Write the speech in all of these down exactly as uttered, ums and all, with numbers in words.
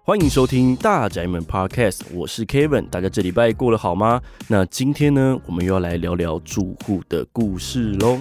欢迎收听大宅门 Podcast， 我是 Kevin， 大家这礼拜过得好吗？那今天呢，我们又要来聊聊住户的故事咯。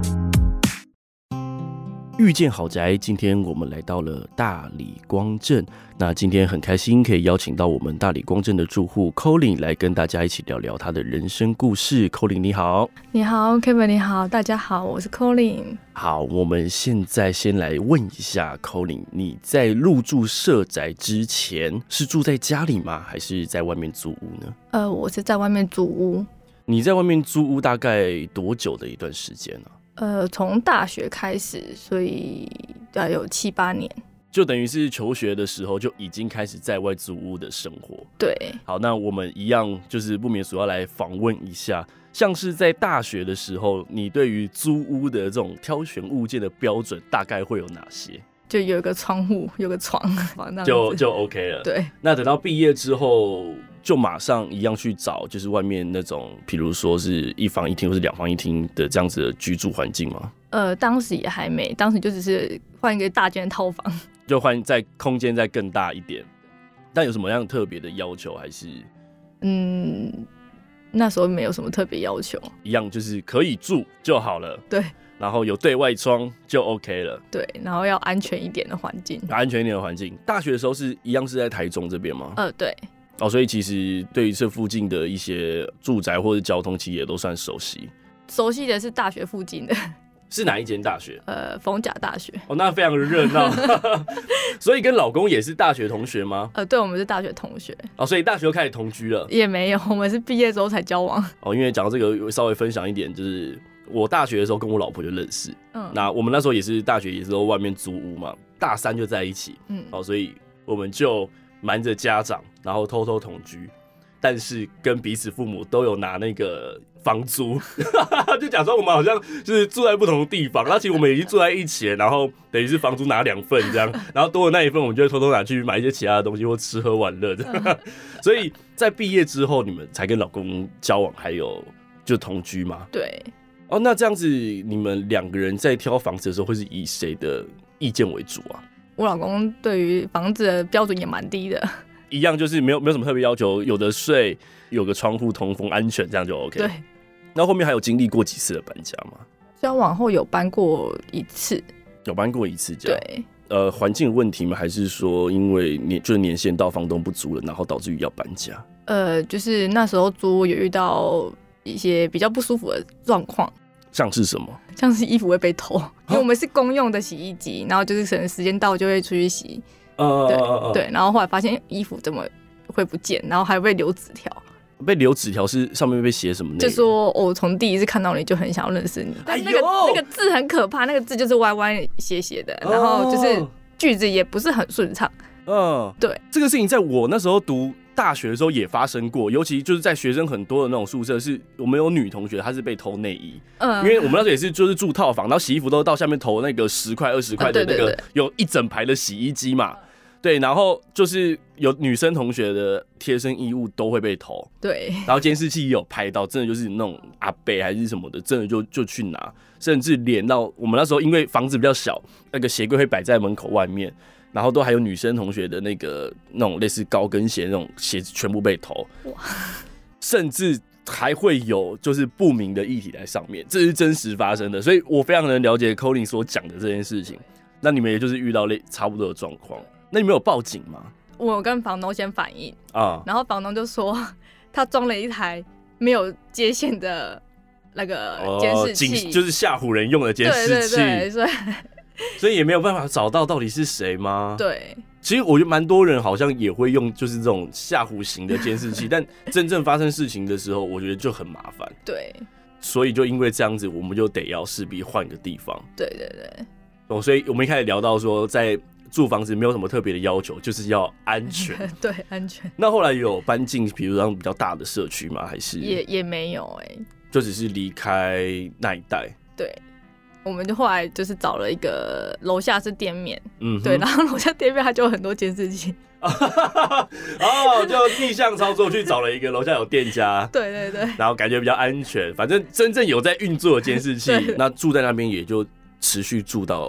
遇见好宅，今天我们来到了大理光镇。那今天很开心可以邀请到我们大理光镇的住户 Colin 来跟大家一起聊聊他的人生故事。Colin 你好。 你好 Kevin 你好，大家好，我是 Colin。 好，我们现在先来问一下 Colin， 你在入住社宅之前是住在家里吗？还是在外面租屋呢？ 呃，我是在外面租屋。 你在外面租屋大概多久的一段时间呢？ 呃，从大学开始，所以大概有七八年， 就等于是求学的时候就已经开始在外租屋的生活。 对， 好，那我们一样就是不免俗要来访问一下，像是在大学的时候，你对于租屋的这种挑选物件的标准大概会有哪些？ 就有一个窗户，有个床， 就就 OK 了。 对， 那等到毕业之后，就马上一样去找，就是外面那种，比如说是一房一厅或是两房一厅的这样子的居住环境吗？ 呃，当时也还没，当时就只是换一个大间的套房， 就换在空间再更大一点。但有什么样特别的要求？还是嗯，那时候没有什么特别要求， 一样就是可以住就好了。 对。 然后有对外窗就 OK 了， 对，然后要安全一点的环境， 安全一点的环境。大学的时候是一样是在台中这边吗？ 呃，对。 哦，所以其实对于这附近的一些住宅或者交通，其实也都算熟悉。 熟悉的是大学附近的， 是哪一间大学？ 呃，逢甲大学。 哦，那非常热闹。所以跟老公也是大学同学吗？ 呃，对，我们是大学同学。 哦，所以大学就开始同居了？ 也没有，我们是毕业之后才交往。 哦，因为讲到这个，稍微分享一点，就是我大学的时候跟我老婆就认识，嗯，那我们那时候也是大学也是都外面租屋嘛，大三就在一起，嗯，好，所以我们就瞒着家长，然后偷偷同居，但是跟彼此父母都有拿那个房租，就假装我们好像就是住在不同的地方，然后其实我们已经住在一起了，然后等于是房租拿两份这样，然后多的那一份我们就会偷偷拿去买一些其他的东西或吃喝玩乐的，所以在毕业之后你们才跟老公交往，还有就同居吗？ 对。 哦，那这样子，你们两个人在挑房子的时候，会是以谁的意见为主啊？ 我老公对于房子的标准也蛮低的， 一样就是没有没有什么特别要求，有的睡，有个窗户通风安全，这样就 OK。 对。 那后面还有经历过几次的搬家吗？ 交往后有搬过一次， 有搬过一次家。 对。 呃，环境的问题吗？还是说因为年就是年限到，房东不租了，然后导致于要搬家？ 呃，就是那时候租有遇到一些比较不舒服的状况， 像是什么？ 像是衣服会被偷，因为我们是公用的洗衣机，然后就是可能时间到就会出去洗， 呃， 对、 呃、 对，然后后来发现衣服怎么会不见，然后还会留纸条。 被留纸条是上面被写什么内容？ 就说我从第一次看到你就很想要认识你，但是那个、哎、那个字很可怕，那个字就是歪歪斜斜的，然后就是句子也不是很顺畅。嗯，对， 这个事情在我那时候读大学的时候也发生过，尤其就是在学生很多的那种宿舍，是我们有女同学她是被偷内衣，嗯，因为我们那时候也是就是住套房，然后洗衣服都到下面投那个十块二十块的那个有一整排的洗衣机嘛，对，然后就是有女生同学的贴身衣物都会被偷， 对， 然后监视器也有拍到，真的就是那种阿伯还是什么的，真的就就去拿，甚至连到我们那时候因为房子比较小，那个鞋柜会摆在门口外面。然后都还有女生同学的那个那种类似高跟鞋那种鞋子全部被偷，甚至还会有就是不明的液体在上面，这是真实发生的，所以我非常能了解 Colin 所讲的这件事情。那你们也就是遇到类差不多的状况，那你们有报警吗？ 我有跟房东先反映啊，然后房东就说他装了一台没有接线的那个监视器， 哦、就是吓唬人用的监视器， 对对对，所以。 所以也没有办法找到到底是谁吗？ 对， 其实我觉得蛮多人好像也会用就是这种嚇唬型的监视器，但真正发生事情的时候，我觉得就很麻烦。 对， 所以就因为这样子，我们就得要势必换个地方。 对对对。 哦，所以我们一开始聊到说，在住房子没有什么特别的要求，就是要安全。 对，安全。 那后来有搬进比如说比较大的社区吗？还是也也没有哎、欸， 就只是离开那一带。 对。我们就后来就是找了一个楼下是店面，嗯，对，然后楼下店面它就有很多监视器， 哦，就逆向操作去找了一个楼下有店家， 对对对， 然后感觉比较安全，反正真正有在运作的监视器，那住在那边也就持续住到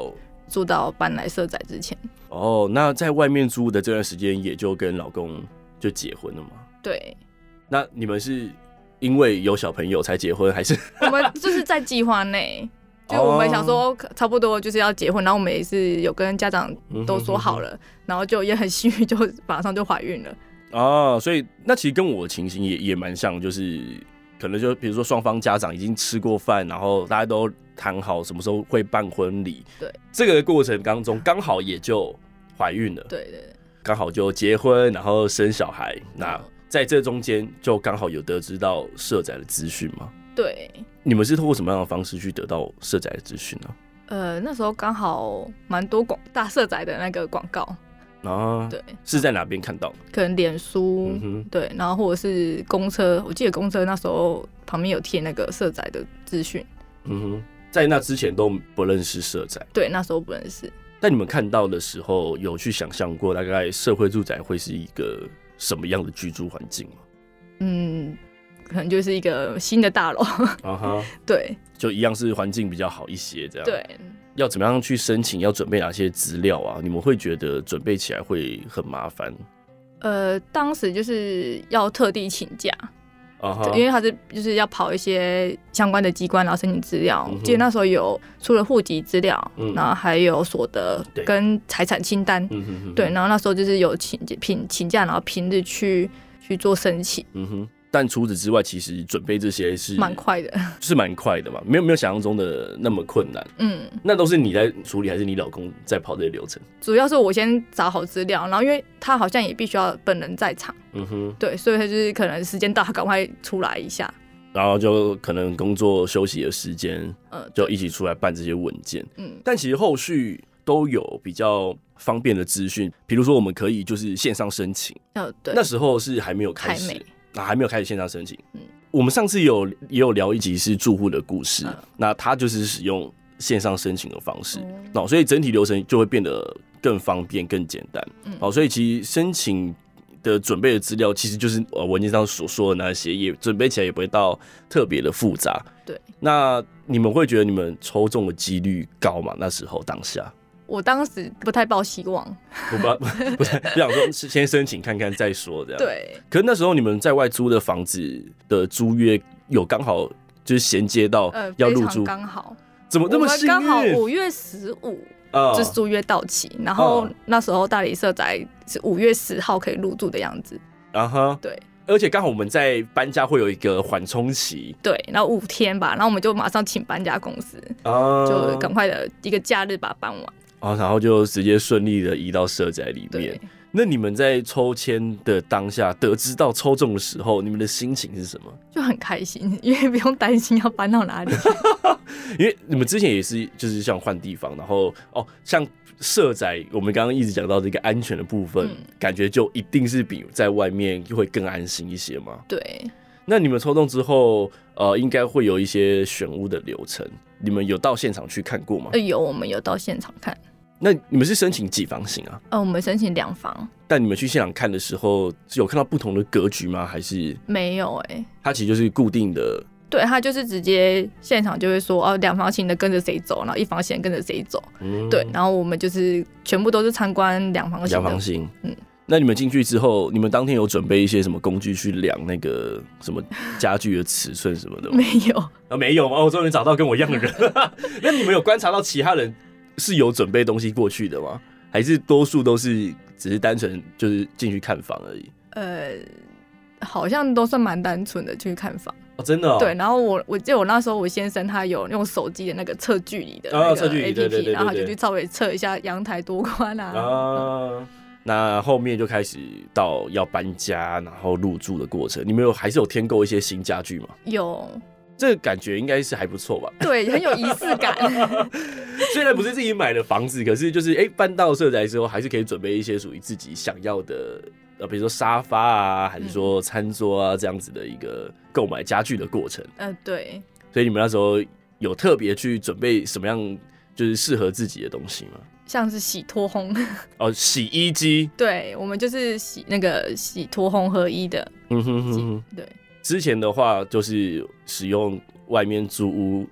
住到搬来社宅之前。 哦，那在外面租的这段时间，也就跟老公就结婚了吗？ 对。 那你们是因为有小朋友才结婚，还是？ 我们就是在计划内。就我们想说差不多就是要结婚，然后我们也是有跟家长都说好了，然后就也很幸运，就马上就怀孕了。 哦，所以那其实跟我的情形也也蛮像，就是可能就比如说双方家长已经吃过饭，然后大家都谈好什么时候会办婚礼， 对， 这个过程当中刚好也就怀孕了， 对对对， 刚好就结婚，然后生小孩，那在这中间就刚好有得知到社宅的资讯吗？ 对。 你们是透过什么样的方式去得到社宅的资讯呢？ 呃，那时候刚好蛮多广大社宅的那个广告啊，对， 是在哪边看到？ 可能脸书、嗯，对，然后或者是公车，我记得公车那时候旁边有贴那个社宅的资讯。 嗯哼，在那之前都不认识社宅， 对，那时候不认识。 但你们看到的时候，有去想象过大概社会住宅会是一个什么样的居住环境吗？嗯。 可能就是一个新的大楼，啊哈，对， 就一样是环境比较好一些，这样。 对， 要怎么样去申请？要准备哪些资料啊？你们会觉得准备起来会很麻烦？ 呃，当时就是要特地请假，啊哈，因为他是就是要跑一些相关的机关，然后申请资料。嗯、记得那时候有除了户籍资料，嗯、然后还有所得跟财产清单，嗯、对，然后那时候就是有请平请假，然后平日去去做申请。嗯哼。 但除此之外，其实准备这些是蛮快的， 是蛮快的嘛，没有没有想象中的那么困难。嗯，那都是你在处理，还是你老公在跑这些流程？ 主要是我先找好资料，然后因为他好像也必须要本人在场，嗯哼，对，所以他就是可能时间到，他赶快出来一下， 然后就可能工作休息的时间，嗯，就一起出来办这些文件。嗯，但其实后续都有比较方便的资讯，比如说我们可以就是线上申请，哦，对，那时候是还没有开始。那还没有开始线上申请。嗯，我们上次有也有聊一集是住户的故事，嗯、那他就是使用线上申请的方式，那、嗯、所以整体流程就会变得更方便、更简单。嗯，好，所以其实申请的准备的资料其实就是呃文件上所说的那些，也准备起来也不会到特别的复杂。 对， 那你们会觉得你们抽中的几率高吗？那时候当下？ 我当时不太抱希望， 不不不不想说先申请看看再说这样。 对。 可是那时候你们在外租的房子的租约有刚好就是衔接到要入租， 刚、呃、好。 怎么那么幸运？ 刚好五月十五就是租约到期，然后那时候大理社宅是五月十号可以入住的样子。啊哈，对。 而且刚好我们在搬家会有一个缓冲期， 对，然后五天吧，然后我们就马上请搬家公司，啊、就赶快的一个假日把它搬完。 哦、然后就直接顺利的移到社宅里面。那你们在抽签的当下得知到抽中的时候，你们的心情是什么？ 就很开心，因为不用担心要搬到哪里。 因为你们之前也是就是像换地方，然后哦，像社宅，我们刚刚一直讲到这个安全的部分、嗯，感觉就一定是比在外面会更安心一些嘛。 对。 那你们抽中之后，呃，应该会有一些选屋的流程，你们有到现场去看过吗？ 呃，有，我们有到现场看。 那你们是申请几房型啊？ 呃，我们申请两房。 但你们去现场看的时候，有看到不同的格局吗？还是没有、欸？哎， 它其实就是固定的。 对，它就是直接现场就会说，哦，两房型的跟着谁走，然后一房型的跟着谁走、嗯。对，然后我们就是全部都是参观两房型。 两房型，嗯。那你们进去之后，你们当天有准备一些什么工具去量那个什么家具的尺寸什么的吗？ 没有啊，没有吗？我终于找到跟我一样的人。那你们有观察到其他人是有准备东西过去的吗？还是多数都是只是单纯就是进去看房而已？ 呃，好像都算蛮单纯的去看房。 哦，真的、哦？ 对，然后我我记得我那时候我先生他有用手机的那个测距离的那个 A P P， 然后他就去稍微测一下阳台多宽啊。啊， 那后面就开始到要搬家，然后入住的过程，你们有还是有添购一些新家具吗？ 有。 这个感觉应该是还不错吧？ 对，很有仪式感。 虽然不是自己买的房子，可是就是哎、欸，搬到社宅之后，还是可以准备一些属于自己想要的，呃，比如说沙发啊，还是说餐桌啊、嗯、这样子的一个购买家具的过程。 呃，对。 所以你们那时候有特别去准备什么样就是适合自己的东西吗？ 像是洗脱烘哦，洗衣机。 对，我们就是洗那个洗脱烘合一的。嗯哼哼哼，对。 之前的话就是使用外面租屋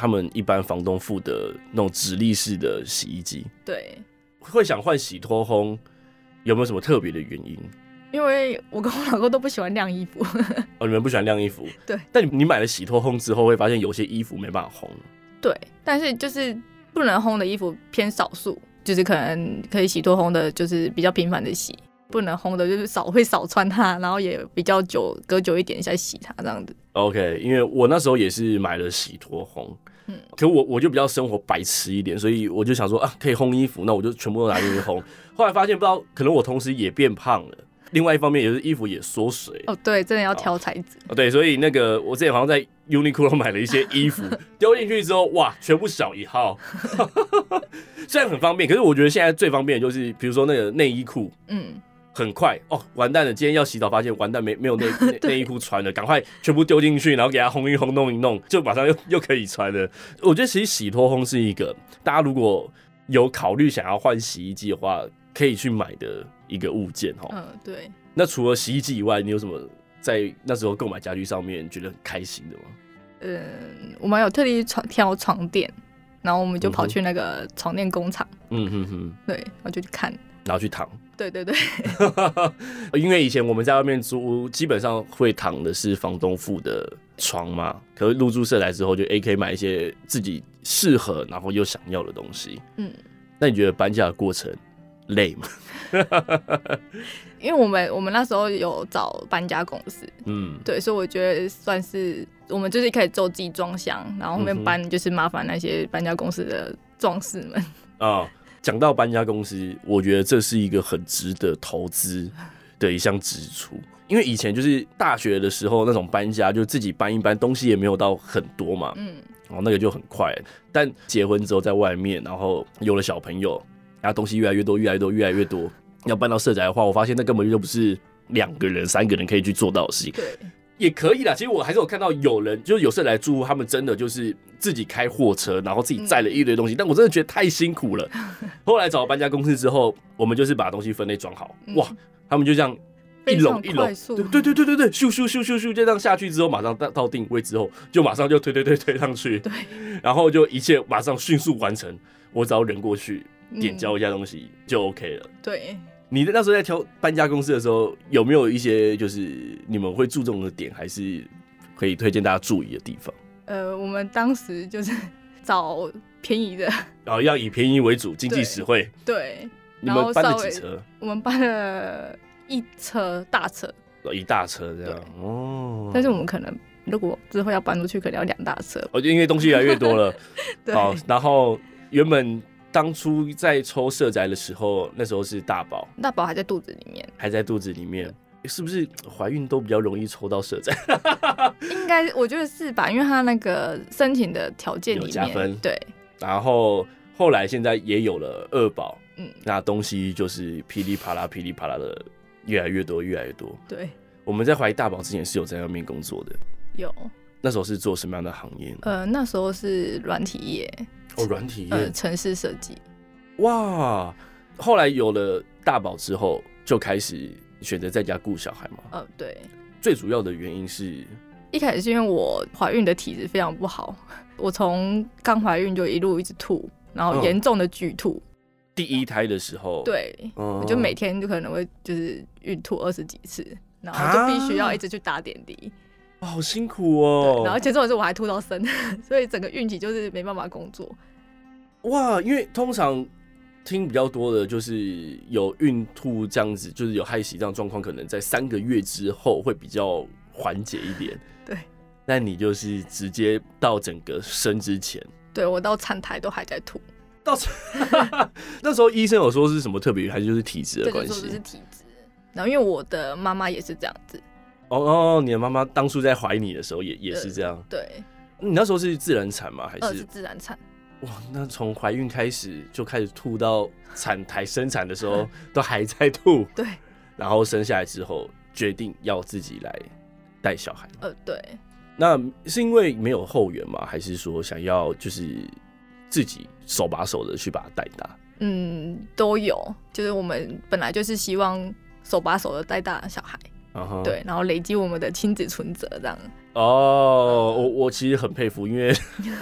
他们一般房东付的那种直立式的洗衣机。 对， 会想换洗脱烘，有没有什么特别的原因？ 因为我跟我老公都不喜欢晾衣服。 哦，你们不喜欢晾衣服？ 对。 但你买了洗脱烘之后，会发现有些衣服没办法烘。 对，但是就是不能烘的衣服偏少数，就是可能可以洗脱烘的，就是比较频繁的洗；不能烘的，就是少会少穿它，然后也比较久，隔久一点再洗它这样子。 OK， 因为我那时候也是买了洗脱烘。嗯，可我我就比较生活白痴一点，所以我就想说啊，可以烘衣服，那我就全部都拿进去烘。后来发现不知道，可能我同时也变胖了。另外一方面也是衣服也缩水哦，对，真的要挑材质哦，对，所以那个我之前好像在 Uniqlo 买了一些衣服，丢进去之后，哇，全部小一号，虽然很方便，可是我觉得现在最方便的就是，比如说那个内衣裤，嗯，很快哦，完蛋了，今天要洗澡发现完蛋没没有内内衣裤穿了，赶快全部丢进去，然后给它烘一烘，弄一弄，就马上又又可以穿了。我觉得其实洗脱烘是一个大家如果有考虑想要换洗衣机的话，可以去买的一个物件哈。 嗯，对。 那除了洗衣机以外，你有什么在那时候购买家具上面觉得很开心的吗？ 嗯，我们有特地挑床垫，然后我们就跑去那个床垫工厂。嗯哼哼。对，然后就去看， 然后去躺。 对对对。 因为以前我们在外面租屋，基本上会躺的是房东付的床嘛，可是入住社来之后，就 A K 买一些自己适合然后又想要的东西。嗯。那你觉得搬家的过程累吗？ 因为我们我们那时候有找搬家公司，嗯，对，所以我觉得算是我们就是可以做自己装箱，然后后面搬就是麻烦那些搬家公司的壮士们。啊， 讲到搬家公司，我觉得这是一个很值得投资的一项支出，因为以前就是大学的时候那种搬家，就自己搬一搬，东西也没有到很多嘛，嗯，然后那个就很快。但结婚之后在外面，然后有了小朋友，然后东西越来越多，越来越多，越来越多。要搬到社宅的话，我发现那根本就不是两个人、三个人可以去做到的事情。 对， 也可以啦。其实我还是有看到有人，就是有社宅住户，他们真的就是自己开货车，然后自己载了一堆东西。嗯、但我真的觉得太辛苦了。后来找搬家公司之后，我们就是把东西分类装好。嗯、哇，他们就这样一笼一笼，对对对对对，咻咻咻咻咻，就这样下去之后，马上到到定位之后，就马上就推推推推上去。 对， 然后就一切马上迅速完成。我只要人过去点交一下东西、嗯、就 OK 了。 对。 你那时候在挑搬家公司的时候，有没有一些就是你们会注重的点，还是可以推荐大家注意的地方？ 呃，我们当时就是找便宜的， 然后要以便宜为主，经济实惠。 对， 你们搬了几车？ 我们搬了一车大车， 一大车这样哦。 但是我们可能如果之后要搬出去，可能要两大车。 哦，因为东西越来越多了。对。好，然后原本。当初在抽社宅的时候，那时候是大宝， 大宝还在肚子里面， 还在肚子里面，是不是怀孕都比较容易抽到社宅？ 应该，我觉得是吧，因为他那个申请的条件里面有加分， 对。 然后后来现在也有了二宝，嗯，那东西就是噼里啪啦、噼里啪啦的越来越多，越来越多。 对， 我们在怀大宝之前是有在外面工作的， 有。 那时候是做什么样的行业？ 呃，那时候是软体业。 哦，软体业， 呃，程式设计。 哇，后来有了大宝之后，就开始选择在家顾小孩嘛。 呃，对。 最主要的原因是， 一开始是因为我怀孕的体质非常不好，我从刚怀孕就一路一直吐，然后严重的剧吐。嗯、 第一胎的时候， 对，嗯、我就每天就可能会就是孕吐二十几次，然后就必须要一直去打点滴。 哦、好辛苦哦！ 然后前重点是我还吐到生，所以整个孕期就是没办法工作。 哇，因为通常听比较多的就是有孕吐这样子，就是有害喜这样状况，可能在三个月之后会比较缓解一点。 对， 但你就是直接到整个生之前， 对我到产台都还在吐。 到那时候医生有说是什么特别，还是就是体质的关系？ 对，就是体质。然后因为我的妈妈也是这样子。 哦哦，你的妈妈当初在怀你的时候也也是这样。 对， 你那时候是自然产吗？还是？ 呃，是自然产。 哇，那从怀孕开始就开始吐到产台生产的时候都还在吐。 对。 然后生下来之后决定要自己来带小孩。 呃，对。 那是因为没有后援吗？还是说想要就是自己手把手的去把它带大？ 嗯，都有。就是我们本来就是希望手把手的带大小孩。 uh-huh. 对，然后累积我们的亲子存折这样。 哦，我我其实很佩服，因为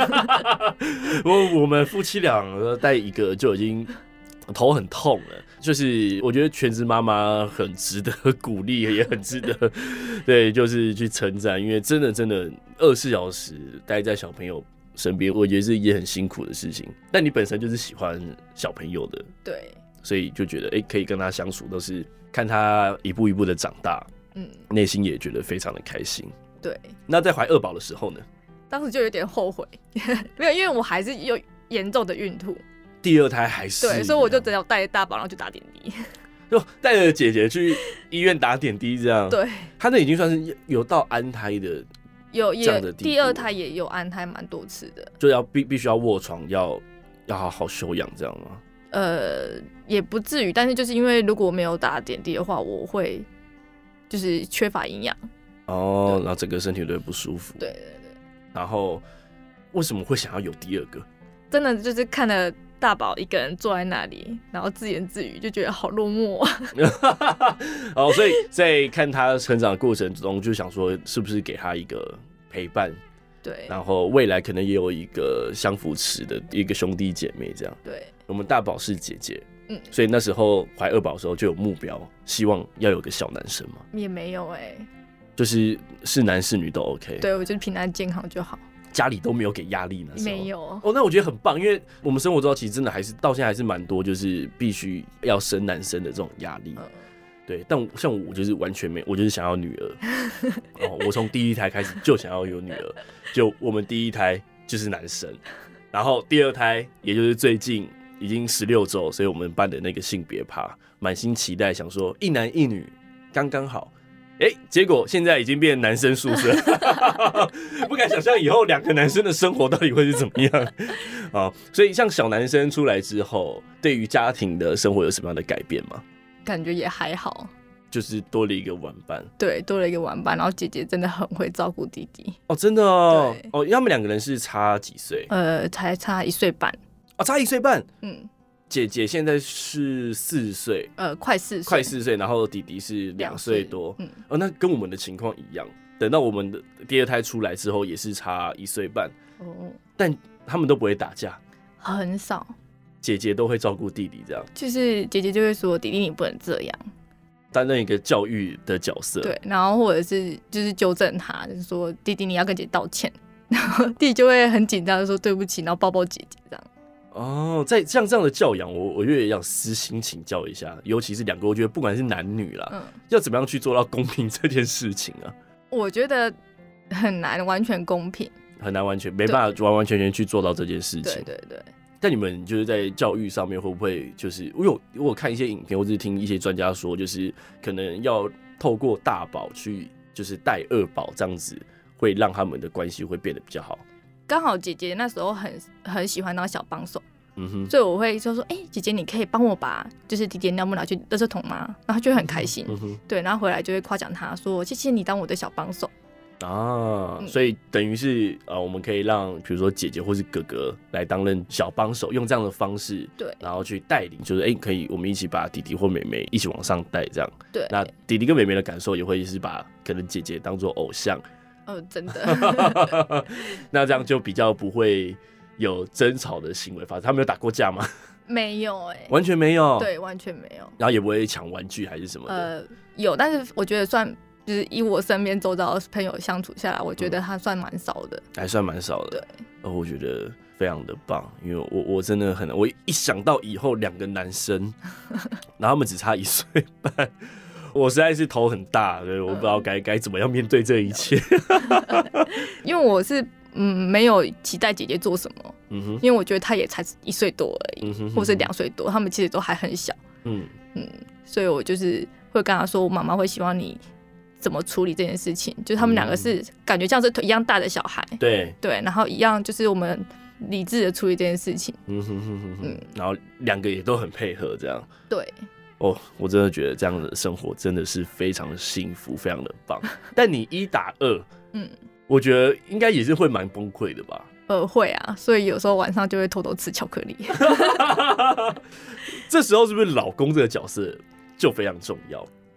我我们夫妻俩带一个就已经头很痛了，就是我觉得全职妈妈很值得鼓励，也很值得对，就是去称赞，因为真的真的二十四小时待在小朋友身边，我觉得是一件很辛苦的事情。但你本身就是喜欢小朋友的， 对， 所以就觉得哎、欸，可以跟他相处，都是看他一步一步的长大，嗯，内心也觉得非常的开心。 对， 那在怀二宝的时候呢？ 当时就有点后悔，没有，因为我还是有严重的孕吐。 第二胎还是对，所以我就只要带着大宝，然后去打点滴， 就带着姐姐去医院打点滴，这样。 对， 他那已经算是有到安胎的， 有也第二胎也有安胎蛮多次的， 就要必必须要卧床，要要好好休养，这样吗？ 呃，也不至于，但是就是因为如果没有打点滴的话，我会就是缺乏营养。 哦，然后整个身体都会不舒服。 对对对。 然后为什么会想要有第二个？ 真的就是看了大宝一个人坐在那里，然后自言自语，就觉得好落寞。 哦，所以在看他成长的过程中，就想说是不是给他一个陪伴？ 对。 然后未来可能也有一个相扶持的一个兄弟姐妹这样。 对。 我们大宝是姐姐。嗯，所以那时候怀二宝的时候就有目标，希望要有个小男生嘛。 也没有哎、欸。 就是是男是女都 OK， 对，我就是平安健康就好， 家里都没有给压力呢， 没有哦，那我觉得很棒，因为我们生活中其实真的还是到现在还是蛮多，就是必须要生男生的这种压力，嗯、对，但像我就是完全没，我就是想要女儿，哦，我从第一胎开始就想要有女儿，就我们第一胎就是男生，然后第二胎也就是最近已经十六周，所以我们办的那个性别趴，满心期待，想说一男一女刚刚好。哎、欸，结果现在已经变男生宿舍，不敢想象以后两个男生的生活到底会是怎么样啊！所以像小男生出来之后，对于家庭的生活有什么样的改变吗？ 感觉也还好， 就是多了一个玩伴。 对，多了一个玩伴，然后姐姐真的很会照顾弟弟。 哦，真的哦，哦，他们两个人是差几岁？ 呃，才差一岁半。 哦，差一岁半。嗯。姐姐现在是四岁， 呃，快四岁， 快四岁，然后弟弟是两岁多，嗯，哦，那跟我们的情况一样。等到我们的第二胎出来之后，也是差一岁半，哦，但他们都不会打架， 很少。 姐姐都会照顾弟弟，这样， 就是姐姐就会说：“弟弟，你不能这样。” 担任一个教育的角色， 对，然后或者是就是纠正他，就是说：“弟弟，你要跟姐姐道歉。”然后弟弟就会很紧张，就说：“对不起。”然后抱抱姐姐这样。 哦，在像这样的教养，我我觉得也要私心请教一下，尤其是两个，我觉得不管是男女啦，嗯，要怎么样去做到公平这件事情啊？我觉得很难完全公平， 很难完全没办法完完全全去做到这件事情。 对对对。 但你们就是在教育上面会不会就是，我有我有看一些影片，或者是听一些专家说，就是可能要透过大宝去就是带二宝这样子，会让他们的关系会变得比较好。 刚好姐姐那时候很很喜欢当小帮手，嗯哼，所以我会就说，哎、欸，姐姐，你可以帮我把就是弟弟尿布拿去垃圾桶吗？然后他就会很开心，嗯哼，对，然后回来就会夸奖他说，谢谢你当我的小帮手。 啊，嗯、所以等于是呃，我们可以让比如说姐姐或是哥哥来担任小帮手，用这样的方式， 对， 然后去带领，就是哎、欸，可以我们一起把弟弟或妹妹一起往上带，这样， 对， 那弟弟跟妹妹的感受也会是把可能姐姐当做偶像。 哦，真的。 那这样就比较不会有争吵的行为发生。他们有打过架吗？ 没有哎、欸， 完全没有。 对，完全没有。 然后也不会抢玩具还是什么的。 呃，有，但是我觉得算就是以我身边周遭的朋友相处下来，我觉得他算蛮少的、嗯， 还算蛮少的。 对， 哦，我觉得非常的棒，因为我我真的很，我一想到以后两个男生，然后他们只差一岁半。我实在是头很大，所以我不知道该该怎么样面对这一切。 因为我是嗯没有期待姐姐做什么，嗯哼，因为我觉得她也才一岁多而已，嗯、哼哼或是两岁多，他们其实都还很小，嗯嗯，所以我就是会跟她说，我妈妈会希望你怎么处理这件事情，就是他们两个是感觉像是一样大的小孩， 对对，然后一样就是我们理智的处理这件事情， 嗯哼哼哼哼，嗯，然后两个也都很配合，这样， 对。 哦，我真的觉得这样的生活真的是非常的幸福，非常的棒。但你一打二，嗯，我觉得应该也是会蛮崩溃的吧？ 呃，会啊，所以有时候晚上就会偷偷吃巧克力。 这时候是不是老公这个角色就非常重要？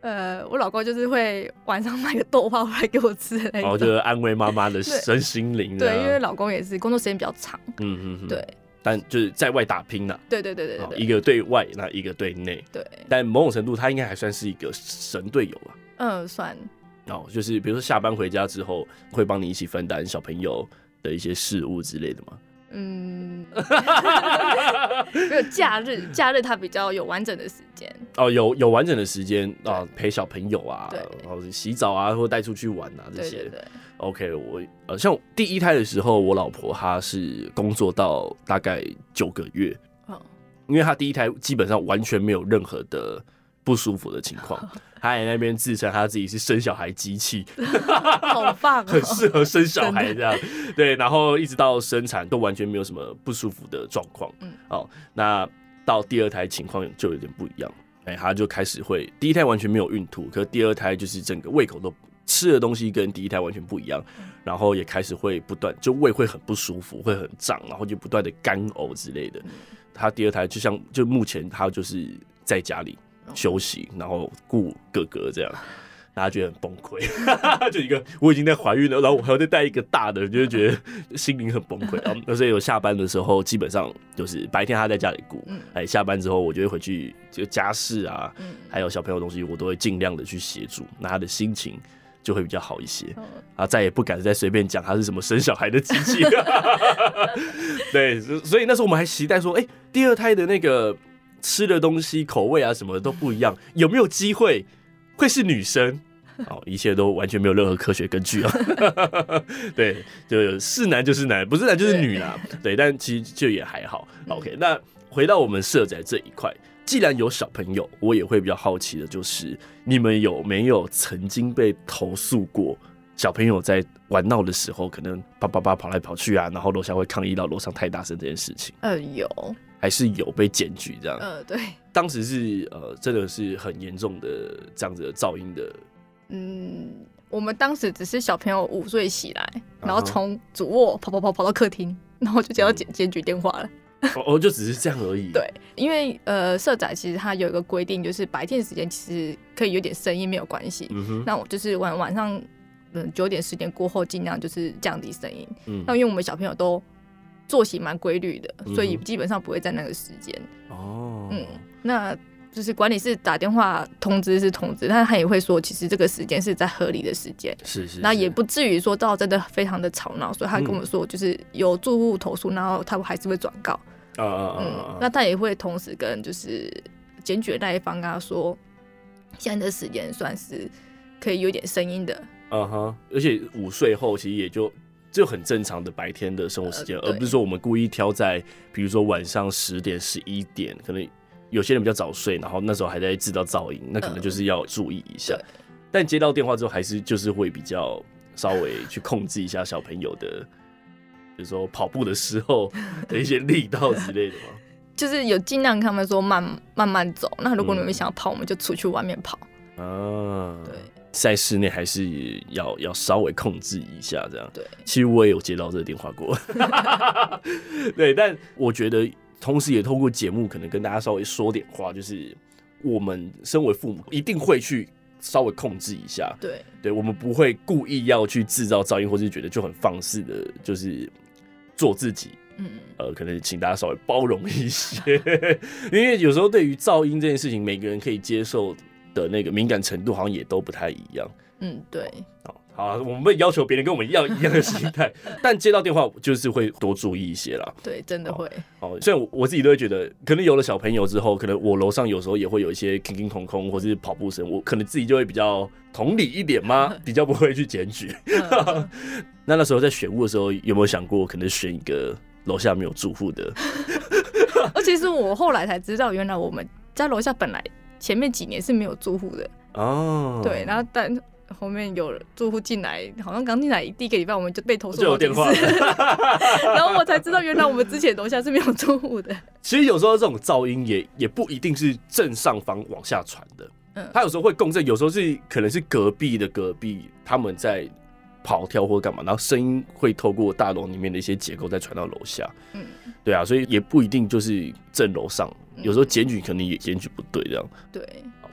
呃，我老公就是会晚上买个豆花回来给我吃的那种， 然后就是安慰妈妈的身心灵。 对，因为老公也是工作时间比较长，嗯嗯嗯，对，但就是在外打拼啦。 对对对对 对, 对， 一个对外，那一个对内。 对， 但某种程度，他应该还算是一个神队友吧。 嗯，算。 哦，就是比如说下班回家之后，会帮你一起分担小朋友的一些事务之类的吗？嗯， 没有假日，假日他比较有完整的时间。 哦，有有完整的时间啊，陪小朋友啊，然后洗澡啊，或带出去玩啊这些。 对对对 OK， 我呃，像第一胎的时候，我老婆她是工作到大概九个月，哦，因为她第一胎基本上完全没有任何的不舒服的情况，她在那边自称她自己是生小孩机器， 好棒，哦， 很适合生小孩这样，对，然后一直到生产都完全没有什么不舒服的状况，嗯，哦，那到第二胎情况就有点不一样，哎，她就开始会第一胎完全没有孕吐，可是第二胎就是整个胃口都。吃的东西跟第一胎完全不一样，然后也开始会不断就胃会很不舒服，会很胀，然后就不断的干呕之类的。他第二胎就像就目前他就是在家里休息，然后顾哥哥这样，大家觉得很崩溃，就一个我已经在怀孕了，然后我还要再带一个大的，就觉得心灵很崩溃。那所以我下班的时候，基本上就是白天他在家里顾，哎，下班之后我就会回去就家事啊，还有小朋友的东西，我都会尽量的去协助，那他的心情就会比较好一些，啊，再也不敢再随便讲他是什么生小孩的机器。对，所以那时候我们还期待说，哎、欸，第二胎的那个吃的东西口味啊什么的都不一样，有没有机会会是女生？哦，一切都完全没有任何科学根据啊。对，就是男就是男，不是男就是女啦。对，但其实就也还好。OK， 那回到我们社宅这一块。既然有小朋友，我也会比较好奇的，就是你们有没有曾经被投诉过小朋友在玩闹的时候，可能叭叭叭跑来跑去啊，然后楼下会抗议到楼上太大声这件事情？ 呃，有， 还是有被检举这样？ 呃，对， 当时是呃，真的是很严重的这样子的噪音的。 嗯，我们当时只是小朋友午睡起来，然后从主卧跑跑跑跑到客厅，然后就接到检检举电话了。 哦，就只是这样而已。 对，因为呃，社宅其实它有一个规定，就是白天时间其实可以有点声音没有关系。嗯、那我就是晚晚上嗯九点十点过后，尽量就是降低声音。嗯，那因为我们小朋友都作息蛮规律的，所以基本上不会在那个时间。哦，嗯，那就是管理室打电话通知是通知，但他也会说，其实这个时间是在合理的时间。 是 是, 是。 那也不至于说到真的非常的吵闹，所以他跟我们说，就是有住户投诉，然后他还是会转告。啊啊啊！嗯，那他也会同时跟就是检举的那一方跟他说，现在的时间算是可以有点声音的。嗯哼，而且午睡后其实也就就很正常的白天的生活时间，呃、而不是说我们故意挑在比如说晚上十点、十一点，可能有些人比较早睡，然后那时候还在制造噪音，那可能就是要注意一下。嗯、但接到电话之后，还是就是会比较稍微去控制一下小朋友的。比如说跑步的时候的一些力道之类的吗？ 就是有尽量跟他们说慢慢慢走。那如果你们想要跑，我们就出去外面跑。啊， 对，在室内还是要要稍微控制一下这样。 对， 其实我也有接到这个电话过。对，但我觉得同时也透过节目，可能跟大家稍微说点话，就是我们身为父母一定会去。稍微控制一下， 对， 对我们不会故意要去制造噪音，或是觉得就很放肆的，就是做自己。嗯，呃，可能请大家稍微包容一些，因为有时候对于噪音这件事情，每个人可以接受的那个敏感程度好像也都不太一样。 嗯，对。 好，好啊，我们不要求别人跟我们一样一样的心态，但接到电话就是会多注意一些啦。 对，真的会。 哦，虽然 我, 我自己都会觉得，可能有了小朋友之后，可能我楼上有时候也会有一些空空空空或是跑步声，我可能自己就会比较同理一点嘛，比较不会去检举。那那时候在选屋的时候，有没有想过可能选一个楼下没有住户的？ 而且是我后来才知道，原来我们家楼下本来前面几年是没有住户的。哦，对，然后但。后面有住户进来，好像刚进来第一个礼拜，我们就被投诉就有电话， 然后我才知道，原来我们之前楼下是没有住户的。 其实有时候这种噪音也也不一定是正上方往下传的，嗯，它有时候会共振，有时候是可能是隔壁的隔壁他们在跑跳或干嘛，然后声音会透过大楼里面的一些结构再传到楼下，嗯，对啊，所以也不一定就是正楼上，有时候检举可能也检举不对这样， 对。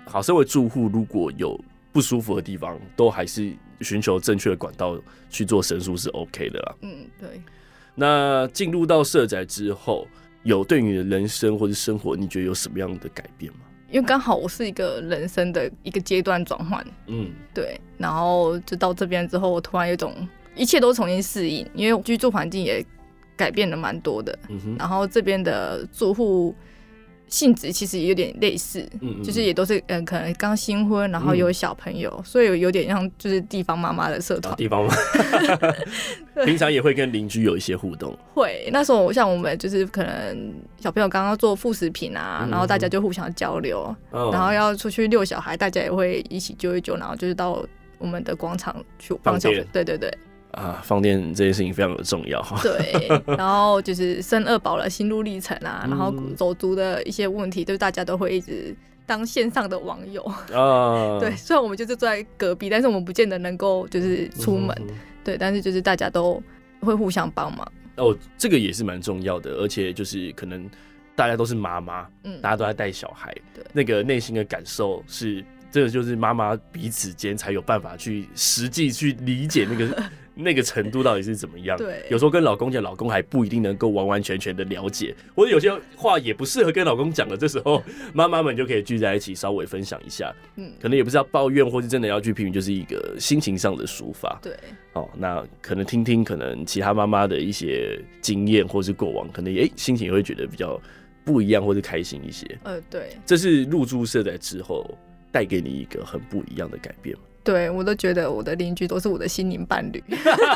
好，身为住户如果有不舒服的地方，都还是寻求正确的管道去做申诉是 OK 的啦。 嗯，对。 那进入到社宅之后，有对你的人生或者生活，你觉得有什么样的改变吗？ 因为刚好我是一个人生的一个阶段转换，嗯，对，然后就到这边之后，我突然有一种一切都重新适应，因为居住环境也改变了蛮多的，嗯、然后这边的住户性质其实也有点类似，嗯嗯就是也都是嗯、呃、可能刚新婚，然后有小朋友，嗯、所以有点像就是地方妈妈的社团。 地方妈妈，平常也会跟邻居有一些互动。 会，那时候像我们就是可能小朋友刚刚做副食品啊，嗯、然后大家就互相交流，嗯、然后要出去遛小孩，大家也会一起揪一揪，然后就是到我们的广场去放小朋友。对对对。 啊，放电这件事情非常的重要。 对，然后就是生二宝了，心路历程啊，然后手足的一些问题，就是大家都会一直当线上的网友。啊，对，虽然我们就是住在隔壁，但是我们不见得能够就是出门。嗯、对，但是就是大家都会互相帮忙。 哦，这个也是蛮重要的，而且就是可能大家都是妈妈，嗯，大家都在带小孩，对，那个内心的感受是。这个就是妈妈彼此间才有办法去实际去理解那个那个程度到底是怎么样。对，有时候跟老公讲，老公还不一定能够完完全全的了解，或者有些话也不适合跟老公讲的，这时候妈妈们就可以聚在一起稍微分享一下。嗯，可能也不是要抱怨，或是真的要去批评，就是一个心情上的抒发。 对， 哦，那可能听听可能其他妈妈的一些经验或是过往，可能也、欸、心情也会觉得比较不一样，或是开心一些。 呃，对， 这是入住社宅之后带给你一个很不一样的改变。 对，我都觉得我的邻居都是我的心灵伴侣。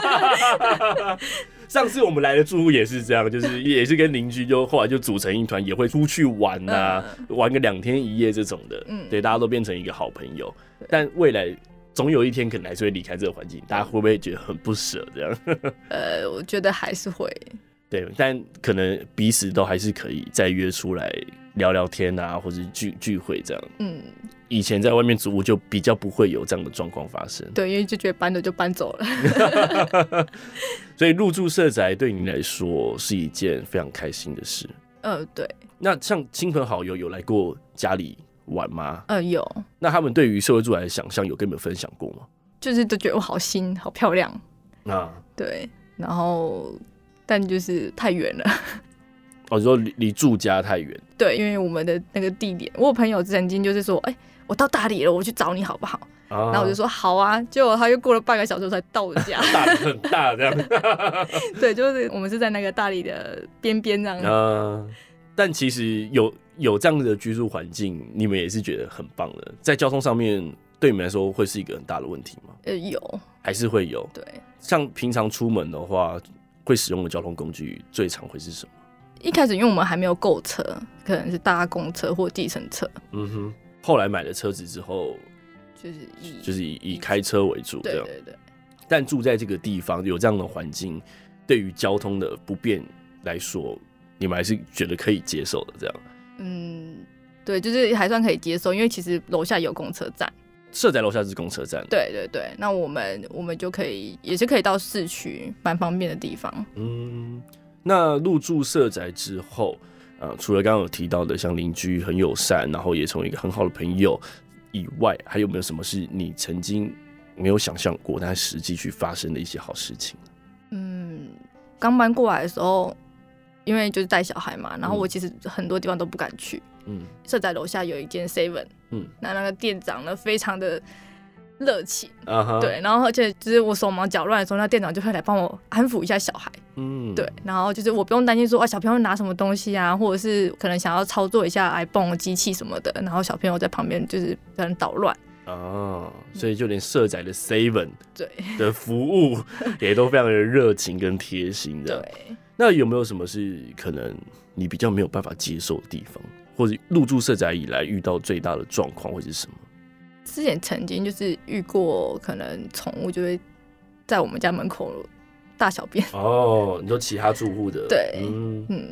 上次我们来的住户也是这样，就是也是跟邻居就后来就组成一团，也会出去玩啊，嗯、玩个两天一夜这种的。嗯，对，大家都变成一个好朋友。但未来总有一天可能还是会离开这个环境，大家会不会觉得很不舍这样？ 呃，我觉得还是会。 对，但可能彼此都还是可以再约出来聊聊天啊，或者聚聚会这样。嗯，以前在外面租屋就比较不会有这样的状况发生。 对，因为就觉得搬了就搬走了。 所以入住社宅对你来说是一件非常开心的事。 呃，对。 那像亲朋好友有来过家里玩吗？ 呃，有。 那他们对于社会住宅的想象有跟你们分享过吗？ 就是都觉得我好新好漂亮啊。对，然后。但就是太远了。 哦，你说离住家太远？ 对，因为我们的那个地点，我有朋友曾经就是说，哎、欸，我到大理了，我去找你好不好？啊、然后我就说好啊，结果他又过了半个小时才到我家。 大理很大这样。 对，就是我们是在那个大理的边边这样。啊， 但其实有有这样的居住环境，你们也是觉得很棒的。在交通上面，对你们来说会是一个很大的问题吗？ 呃，有， 还是会有。 对， 像平常出门的话。会使用的交通工具最常会是什么？ 一开始因为我们还没有购车，可能是搭公车或计程车。 嗯哼。后来买了车子之后， 就是以就是以以开车为主， 对对对。 但住在这个地方有这样的环境，对于交通的不便来说，你们还是觉得可以接受的这样？ 嗯，对，就是还算可以接受，因为其实楼下有公车站。 社宅楼下是公车站， 对对对，那我们我们就可以也是可以到市区，蛮方便的地方。 嗯，那入住社宅之后，呃，除了刚刚有提到的像邻居很友善，然后也成为一个很好的朋友以外，还有没有什么是你曾经没有想象过，但实际去发生的一些好事情？ 嗯，刚搬过来的时候，因为就是带小孩嘛，然后我其实很多地方都不敢去。嗯，社宅楼下有一间 seven， 嗯，那那个店长呢非常的热情，uh-huh. 对，然后而且就是我手忙脚乱的时候，那店长就会来帮我安抚一下小孩，嗯，对，然后就是我不用担心说啊小朋友拿什么东西啊，或者是可能想要操作一下 iPhone 机器什么的，然后小朋友在旁边就是在那捣乱。 哦，所以就连社宅的 seven 对的服务也都非常的热情跟贴心的。 对， 那有没有什么是可能你比较没有办法接受的地方？或者入住社宅以来遇到最大的状况会是什么？ 之前曾经就是遇过，可能宠物就会在我们家门口大小便。 哦，你说其他住户的？ 对，嗯嗯，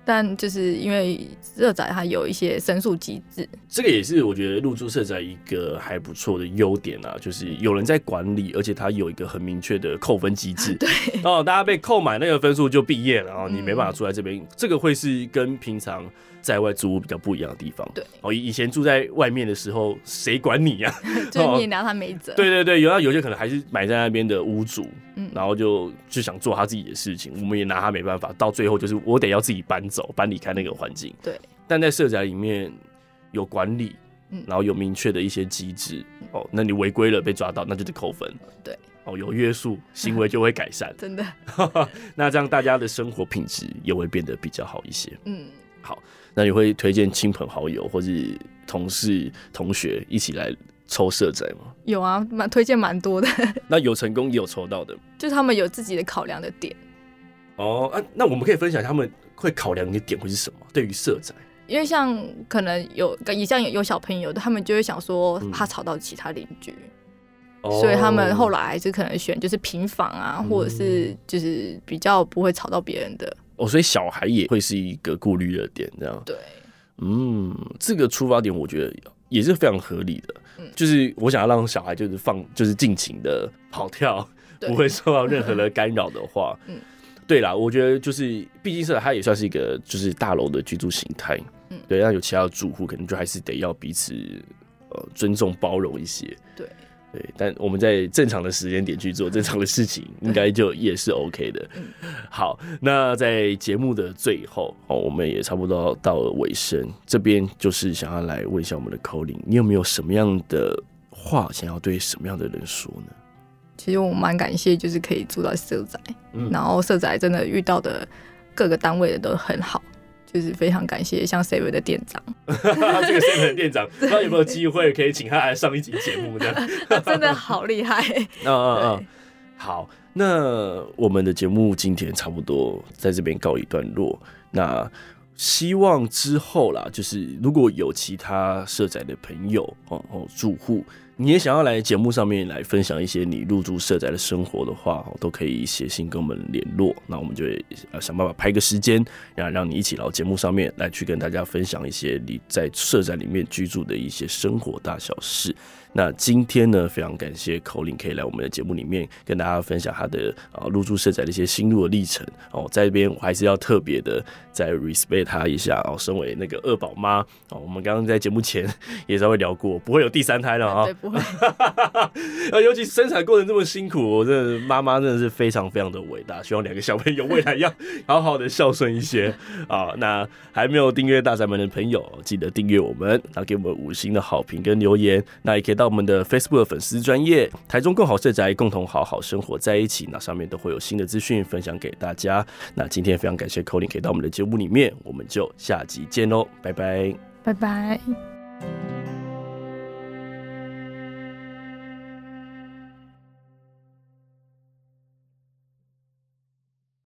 但就是因为社宅它有一些申诉机制， 这个也是我觉得入住社宅一个还不错的优点啊，就是有人在管理，而且它有一个很明确的扣分机制。 对， 哦，大家被扣满那个分数就毕业了，然后你没办法住在这边，嗯、这个会是跟平常在外租屋比较不一样的地方。 对， 哦，以前住在外面的时候，谁管你呀、啊？ 就是你也拿他没辙。 对对对，有有些可能还是买在那边的屋主，嗯、然后就就想做他自己的事情，我们也拿他没办法，到最后就是我得要自己搬走，搬离开那个环境。 对， 但在社宅里面有管理，嗯、然后有明确的一些机制，嗯、哦，那你违规了被抓到，那就是扣分。 对。 哦，有约束，行为就会改善。 真的， 那这样大家的生活品质也会变得比较好一些。 嗯， 好，那你会推荐亲朋好友或是同事、同学一起来抽社宅吗？ 有啊，蛮推荐蛮多的。 那有成功也有抽到的， 就是他们有自己的考量的点。 哦，啊，那我们可以分享他们会考量的点会是什么？对于社宅， 因为像可能有也像有小朋友的，他们就会想说怕吵到其他邻居。嗯，所以他们后来还是可能选就是平房啊，嗯、或者是就是比较不会吵到别人的。 哦，所以小孩也会是一个顾虑的点，这样。 对， 嗯，这个出发点我觉得也是非常合理的。嗯，就是我想要让小孩就是放就是尽情的跑跳，不会受到任何的干扰的话，嗯，对啦，我觉得就是毕竟是它也算是一个就是大楼的居住形态，嗯，对，那有其他的住户可能就还是得要彼此呃尊重包容一些， 对。 对，但我们在正常的时间点去做正常的事情，应该就也是 OK 的。好，那在节目的最后，哦，我们也差不多到了尾声，这边就是想要来问一下我们的 Colin， 你有没有什么样的话想要对什么样的人说呢？ 其实我蛮感谢，就是可以住到社宅，嗯、然后社宅真的遇到的各个单位的都很好。就是非常感谢像 seven 的店长， 这个 seven 的店长，不知道有没有机会可以请他来上一集节目这样？ 他真的好厉害。 嗯嗯嗯，好，那我们的节目今天差不多在这边告一段落。那希望之后啦，就是如果有其他社宅的朋友哦哦住户，你也想要来节目上面来分享一些你入住社宅的生活的话，都可以写信跟我们联络，那我们就会想办法排个时间，让让你一起到节目上面来去跟大家分享一些你在社宅里面居住的一些生活大小事。那今天呢，非常感谢 Colin 可以来我们的节目里面跟大家分享他的啊入住社宅的一些心路的历程哦。在这边我还是要特别的再 respect 他一下哦。身为那个二宝妈哦，我们刚刚在节目前也稍微聊过，不会有第三胎了啊、哦， 对，不会。 尤其生产过程这么辛苦，我真的妈妈真的是非常非常的伟大。希望两个小朋友未来要好好的孝顺一些啊。那还没有订阅大宅门的朋友，记得订阅我们，然后给我们五星的好评跟留言。那也可以到我们的 Facebook 粉丝专页台中共好社宅，共同好好生活在一起。那上面都会有新的资讯分享给大家。那今天非常感谢 Colin 可以到我们的节目里面，我们就下集见喽，拜拜， 拜拜。